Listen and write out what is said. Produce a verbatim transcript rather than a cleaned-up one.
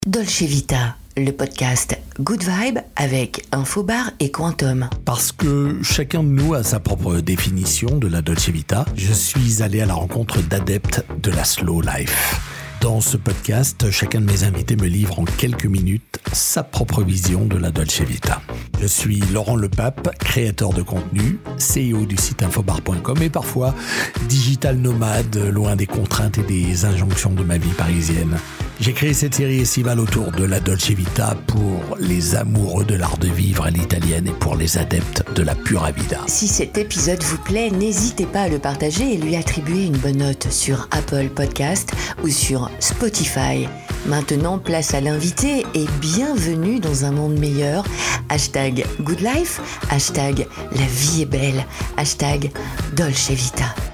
Dolce Vita, le podcast Good Vibe avec Infobar et Quantum. Parce que chacun de nous a sa propre définition de la Dolce Vita, je suis allé à la rencontre d'adeptes de la slow life. Dans ce podcast, chacun de mes invités me livre en quelques minutes sa propre vision de la Dolce Vita. Je suis Laurent Lepape, créateur de contenu, C E O du site infobar point com et parfois digital nomade, loin des contraintes et des injonctions de ma vie parisienne. J'ai créé cette série estivale autour de la Dolce Vita pour les amoureux de l'art de vivre à l'italienne et pour les adeptes de la pura vida. Si cet épisode vous plaît, n'hésitez pas à le partager et lui attribuer une bonne note sur Apple Podcast ou sur Spotify. Maintenant, place à l'invité et bienvenue dans un monde meilleur. Hashtag Good Life, hashtag La vie est belle, hashtag Dolce Vita.